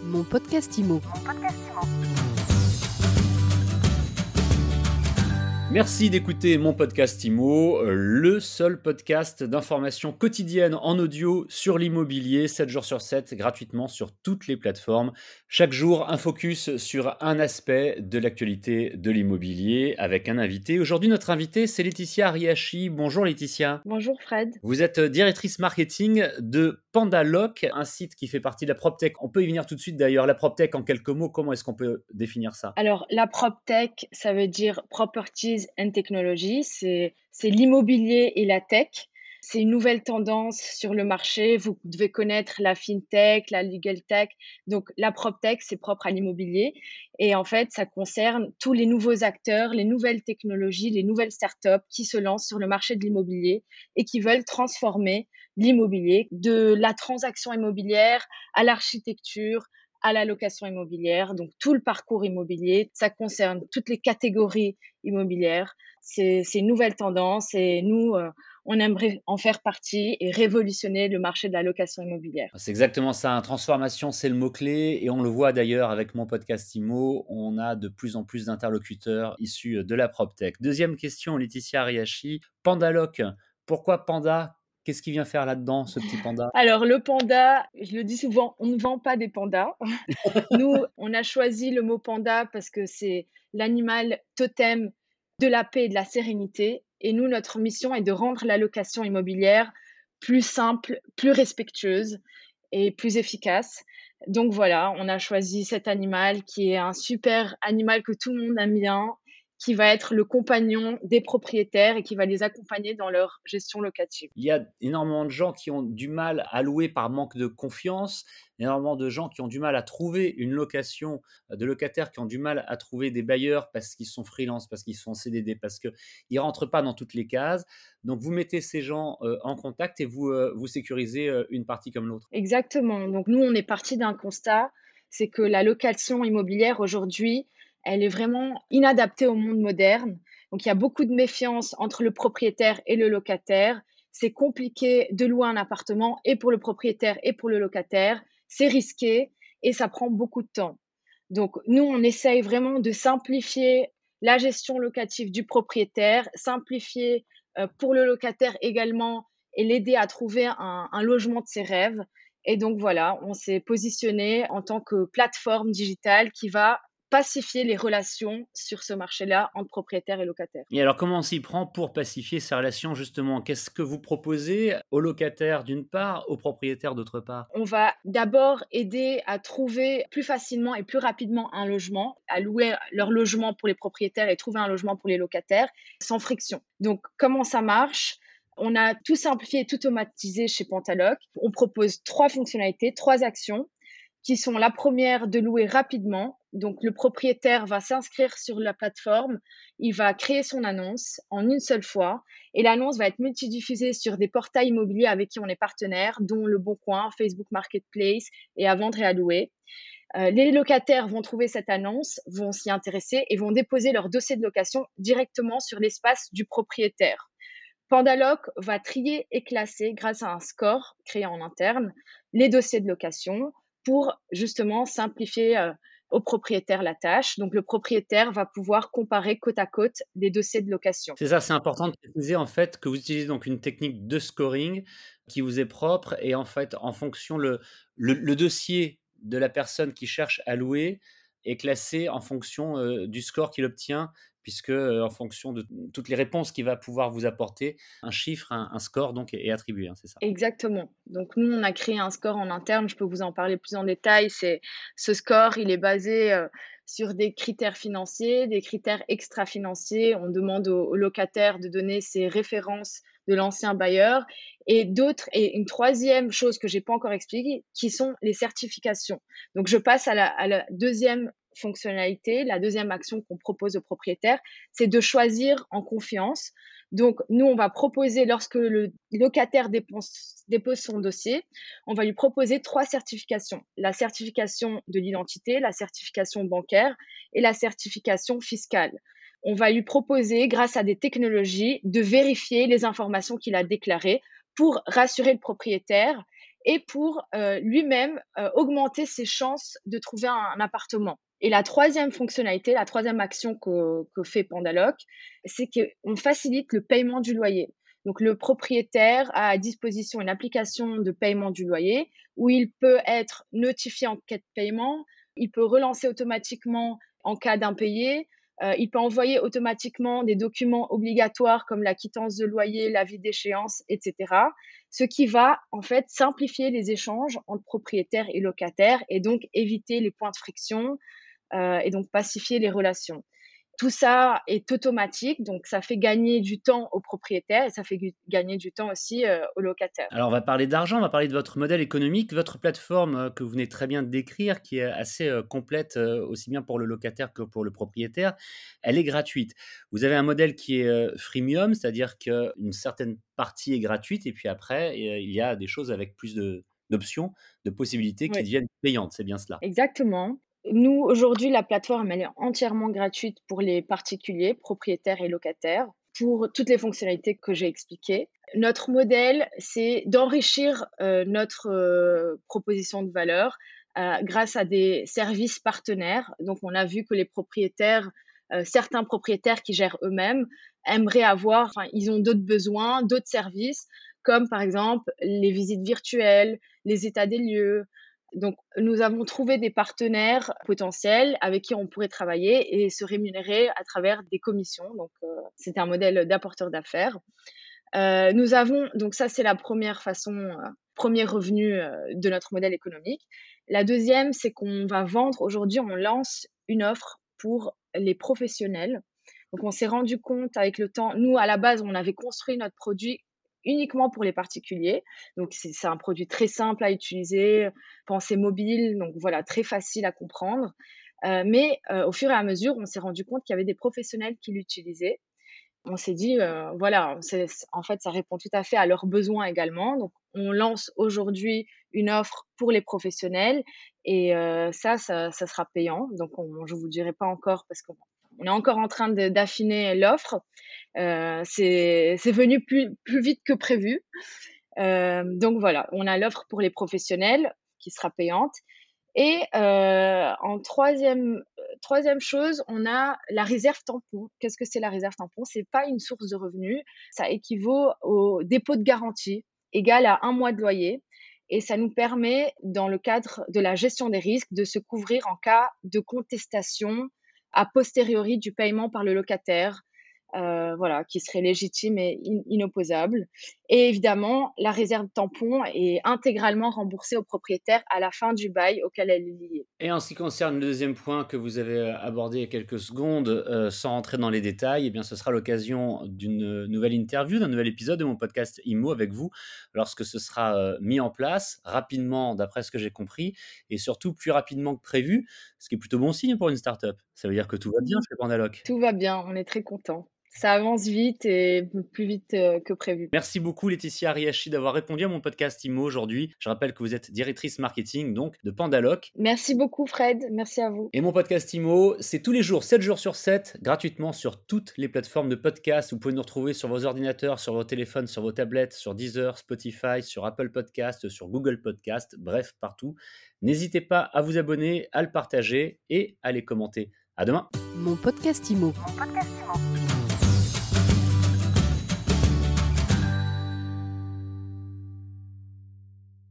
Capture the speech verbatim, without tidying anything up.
Mon podcast Imo. Merci d'écouter mon podcast Imo, le seul podcast d'information quotidienne en audio sur l'immobilier, sept jours sur sept, gratuitement sur toutes les plateformes. Chaque jour, un focus sur un aspect de l'actualité de l'immobilier avec un invité. Aujourd'hui, notre invité, c'est Laetitia Ariachi. Bonjour Laetitia. Bonjour Fred. Vous êtes directrice marketing de PandaLoc, un site qui fait partie de la PropTech. On peut y venir tout de suite d'ailleurs. La PropTech, en quelques mots, comment est-ce qu'on peut définir ça ? Alors, la PropTech, ça veut dire Properties and Technology. C'est, c'est l'immobilier et la tech. C'est une nouvelle tendance sur le marché. Vous devez connaître la FinTech, la Legal Tech. Donc, la PropTech, c'est propre à l'immobilier. Et en fait, ça concerne tous les nouveaux acteurs, les nouvelles technologies, les nouvelles startups qui se lancent sur le marché de l'immobilier et qui veulent transformer l'immobilier de la transaction immobilière à l'architecture, à la location immobilière, donc tout le parcours immobilier. Ça concerne toutes les catégories immobilières. C'est, c'est une nouvelle tendance et nous, euh, on aimerait en faire partie et révolutionner le marché de la location immobilière. C'est exactement ça, hein. Transformation, c'est le mot-clé et on le voit d'ailleurs avec mon podcast Imo, on a de plus en plus d'interlocuteurs issus de la PropTech. Deuxième question, Laetitia Ariachi, PandaLoc, pourquoi Panda ? Qu'est-ce qu'il vient faire là-dedans, ce petit panda ? Alors, le panda, je le dis souvent, on ne vend pas des pandas. Nous, on a choisi le mot panda parce que c'est l'animal totem de la paix et de la sérénité. Et nous, notre mission est de rendre la location immobilière plus simple, plus respectueuse et plus efficace. Donc voilà, on a choisi cet animal qui est un super animal que tout le monde aime bien, qui va être le compagnon des propriétaires et qui va les accompagner dans leur gestion locative. Il y a énormément de gens qui ont du mal à louer par manque de confiance, énormément de gens qui ont du mal à trouver une location, de locataires qui ont du mal à trouver des bailleurs parce qu'ils sont freelance, parce qu'ils sont en C D D, parce qu'ils ne rentrent pas dans toutes les cases. Donc, vous mettez ces gens euh, en contact et vous, euh, vous sécurisez euh, une partie comme l'autre. Exactement. Donc, nous, on est parti d'un constat, c'est que la location immobilière aujourd'hui, elle est vraiment inadaptée au monde moderne. Donc, il y a beaucoup de méfiance entre le propriétaire et le locataire. C'est compliqué de louer un appartement et pour le propriétaire et pour le locataire. C'est risqué et ça prend beaucoup de temps. Donc, nous, on essaye vraiment de simplifier la gestion locative du propriétaire, simplifier euh, pour le locataire également et l'aider à trouver un, un logement de ses rêves. Et donc, voilà, on s'est positionné en tant que plateforme digitale qui va pacifier les relations sur ce marché-là entre propriétaires et locataires. Et alors, comment on s'y prend pour pacifier ces relations, justement ? Qu'est-ce que vous proposez aux locataires d'une part, aux propriétaires d'autre part ? On va d'abord aider à trouver plus facilement et plus rapidement un logement, à louer leur logement pour les propriétaires et trouver un logement pour les locataires sans friction. Donc, comment ça marche ? On a tout simplifié et tout automatisé chez PandaLoc. On propose trois fonctionnalités, trois actions qui sont la première de louer rapidement. Donc, le propriétaire va s'inscrire sur la plateforme, il va créer son annonce en une seule fois et l'annonce va être multidiffusée sur des portails immobiliers avec qui on est partenaire, dont Le Bon Coin, Facebook Marketplace et À Vendre et À Louer. Euh, les locataires vont trouver cette annonce, vont s'y intéresser et vont déposer leur dossier de location directement sur l'espace du propriétaire. PandaLoc va trier et classer, grâce à un score créé en interne, les dossiers de location pour justement simplifier euh, au propriétaire la tâche. Donc, le propriétaire va pouvoir comparer côte à côte des dossiers de location. C'est ça, c'est important de préciser en fait que vous utilisez donc une technique de scoring qui vous est propre et en fait, en fonction, le, le, le dossier de la personne qui cherche à louer est classé en fonction euh, du score qu'il obtient, puisque euh, en fonction de toutes les réponses qu'il va pouvoir vous apporter, un chiffre, un, un score donc est, est attribué, hein, c'est ça. Exactement. Donc nous, on a créé un score en interne, je peux vous en parler plus en détail. C'est, ce score, il est basé euh, sur des critères financiers, des critères extra-financiers. On demande aux, aux locataires de donner ses références de l'ancien bailleur et d'autres, et une troisième chose que j'ai pas encore expliquée, qui sont les certifications. Donc je passe à la, à la deuxième fonctionnalité, la deuxième action qu'on propose aux propriétaires, c'est de choisir en confiance. Donc, nous, on va proposer, lorsque le locataire dépose, dépose son dossier, on va lui proposer trois certifications. La certification de l'identité, la certification bancaire et la certification fiscale. On va lui proposer, grâce à des technologies, de vérifier les informations qu'il a déclarées pour rassurer le propriétaire et pour euh, lui-même euh, augmenter ses chances de trouver un, un appartement. Et la troisième fonctionnalité, la troisième action que, que fait Pandaloc, c'est qu'on facilite le paiement du loyer. Donc, le propriétaire a à disposition une application de paiement du loyer où il peut être notifié en cas de paiement, il peut relancer automatiquement en cas d'impayé, euh, il peut envoyer automatiquement des documents obligatoires comme la quittance de loyer, l'avis d'échéance, et cetera. Ce qui va en fait simplifier les échanges entre propriétaires et locataires et donc éviter les points de friction euh, et donc pacifier les relations. Tout ça est automatique, donc ça fait gagner du temps aux propriétaires et ça fait gu- gagner du temps aussi euh, aux locataires. Alors, on va parler d'argent, on va parler de votre modèle économique. Votre plateforme euh, que vous venez très bien de décrire, qui est assez euh, complète euh, aussi bien pour le locataire que pour le propriétaire, elle est gratuite. Vous avez un modèle qui est euh, freemium, c'est-à-dire qu'une certaine partie est gratuite et puis après, euh, il y a des choses avec plus de, d'options, de possibilités qui Oui, deviennent payantes. C'est bien cela. exactement. Nous, aujourd'hui, la plateforme, elle est entièrement gratuite pour les particuliers, propriétaires et locataires, pour toutes les fonctionnalités que j'ai expliquées. Notre modèle, c'est d'enrichir euh, notre euh, proposition de valeur euh, grâce à des services partenaires. Donc, on a vu que les propriétaires, euh, certains propriétaires qui gèrent eux-mêmes, aimeraient avoir, enfin, ils ont d'autres besoins, d'autres services, comme par exemple les visites virtuelles, les états des lieux. Donc, nous avons trouvé des partenaires potentiels avec qui on pourrait travailler et se rémunérer à travers des commissions. Donc, euh, c'est un modèle d'apporteur d'affaires. Euh, nous avons, donc ça, c'est la première façon, euh, premier revenu euh, de notre modèle économique. La deuxième, c'est qu'on va vendre, aujourd'hui, on lance une offre pour les professionnels. Donc, on s'est rendu compte avec le temps, nous, à la base, on avait construit notre produit uniquement pour les particuliers. Donc, c'est c'est un produit très simple à utiliser, pensée mobile, donc voilà, très facile à comprendre. Euh, mais euh, au fur et à mesure, on s'est rendu compte qu'il y avait des professionnels qui l'utilisaient. On s'est dit, euh, voilà, c'est- c'est- en fait, ça répond tout à fait à leurs besoins également. Donc, on lance aujourd'hui une offre pour les professionnels et euh, ça, ça, ça sera payant. Donc, on, je vous dirai pas encore parce qu'on on est encore en train de- d'affiner l'offre. Euh, c'est c'est venu plus, plus vite que prévu. Euh, donc voilà, on a l'offre pour les professionnels qui sera payante. Et euh, en troisième, troisième chose, on a la réserve tampon. Qu'est-ce que c'est la réserve tampon? C'est pas une source de revenus. Ça équivaut au dépôt de garantie égal à un mois de loyer. Et ça nous permet, dans le cadre de la gestion des risques, de se couvrir en cas de contestation a posteriori du paiement par le locataire, euh, voilà, qui serait légitime et in- inopposable. Et évidemment, la réserve tampon est intégralement remboursée au propriétaire à la fin du bail auquel elle est liée. Et en ce qui concerne le deuxième point que vous avez euh, abordé il y a quelques secondes, euh, sans rentrer dans les détails, eh bien, ce sera l'occasion d'une nouvelle interview, d'un nouvel épisode de mon podcast IMO avec vous, lorsque ce sera euh, mis en place rapidement, d'après ce que j'ai compris, et surtout plus rapidement que prévu, ce qui est plutôt bon signe pour une startup. Ça veut dire que tout va bien chez Pandaloc. Tout va bien, on est très content. Ça avance vite et plus vite euh, que prévu. Merci beaucoup Laetitia Ariachi d'avoir répondu à mon podcast IMO aujourd'hui. Je rappelle que vous êtes directrice marketing donc de Pandaloc. Merci beaucoup Fred, merci à vous. Et mon podcast IMO, c'est tous les jours, sept jours sur sept, gratuitement sur toutes les plateformes de podcast. Vous pouvez nous retrouver sur vos ordinateurs, sur vos téléphones, sur vos tablettes, sur Deezer, Spotify, sur Apple Podcast, sur Google Podcast, bref, partout. N'hésitez pas à vous abonner, à le partager et à les commenter. À demain. Mon podcast IMO.